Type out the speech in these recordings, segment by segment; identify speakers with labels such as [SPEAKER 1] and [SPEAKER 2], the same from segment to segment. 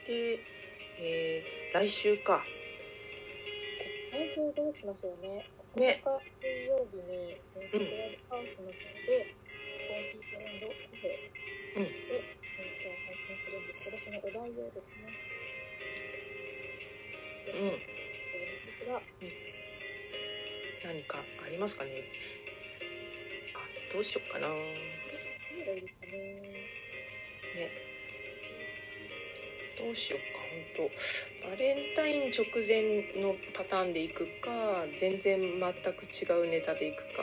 [SPEAKER 1] で、来週か。
[SPEAKER 2] 来週どうしましょうね。
[SPEAKER 1] ね。
[SPEAKER 2] 9日水曜日に、クラブハウスの方でコーヒーブレンドカフェで、配信するんですけど、そのお題をですね。
[SPEAKER 1] 何かありますかね。どうしようかな。
[SPEAKER 2] 何がいいですかね。
[SPEAKER 1] どうしようか。バレンタイン直前のパターンでいくか、全然全く違うネタでいくか。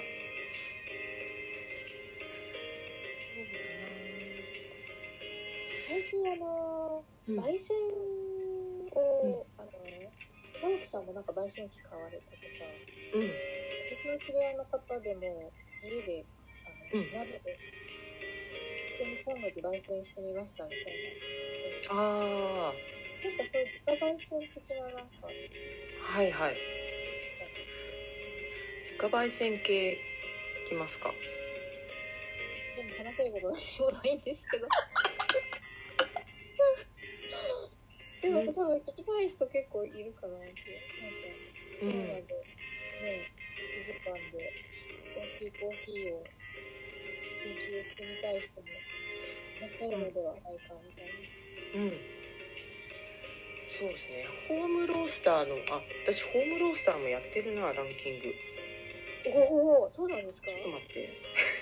[SPEAKER 2] 最近焙煎を、直樹さんもなんか焙煎機買われたとか、私の知り合いの方でも家で鍋で普通にコンロで焙煎してみましたみたいな。なんかそういう自家焙煎的ななんか。
[SPEAKER 1] はいはい。自家焙煎系いきますか。
[SPEAKER 2] でも話せること何もないんですけど。でも多分聞きたい人結構いるかなって。なんかコロナでね、1時間で美味しいコーヒーを追求してみたい人もいらっしゃるのではないかみたいな。
[SPEAKER 1] そうですね。ホームロースターの私ホームロースターもやってるな、ランキング。
[SPEAKER 2] おお、そうなんですか。
[SPEAKER 1] ちょっと待って。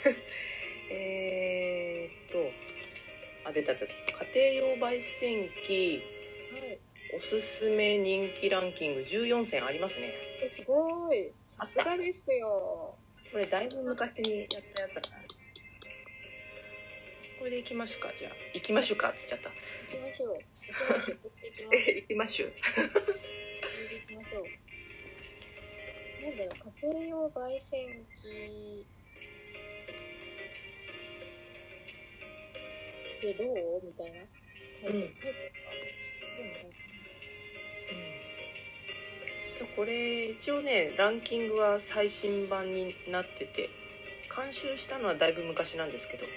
[SPEAKER 1] 出た。家庭用焙煎機、おすすめ人気ランキング14選ありますね。
[SPEAKER 2] すごい。さすがですよ。
[SPEAKER 1] これだいぶ昔にやったやつだから。これで行きましょうか。じゃあ行きましょうかっつっちゃった。
[SPEAKER 2] 行きましょう。
[SPEAKER 1] 行きましょう。
[SPEAKER 2] なんだろう、家庭用焙煎機でどうみたいな。
[SPEAKER 1] これ一応ね、ランキングは最新版になってて、監修したのはだいぶ昔なんですけど。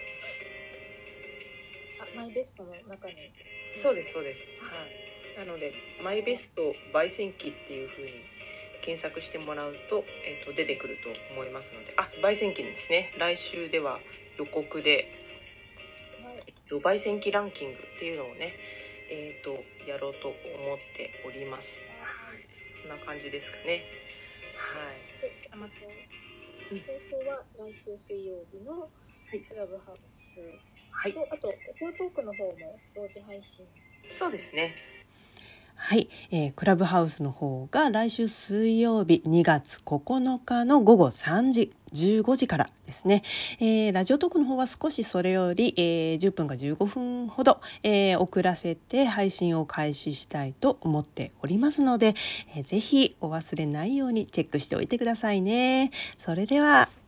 [SPEAKER 2] マイベストの中に。
[SPEAKER 1] そうです。はい。なのでマイベスト焙煎機っていう風に検索してもらうと、出てくると思いますので、焙煎機ですね。来週では予告で、焙煎機ランキングっていうのをね、やろうと思っております。こんな感じですかね。
[SPEAKER 2] 放送は来週水曜日のクラブハウスと、あとラジオトークの方も同時配信。
[SPEAKER 1] そうですね。
[SPEAKER 3] はい、クラブハウスの方が来週水曜日2月9日の午後3時15時からですね。ラジオトークの方は少しそれより、10分か15分ほど、遅らせて配信を開始したいと思っておりますので、ぜひお忘れないようにチェックしておいてくださいね。それでは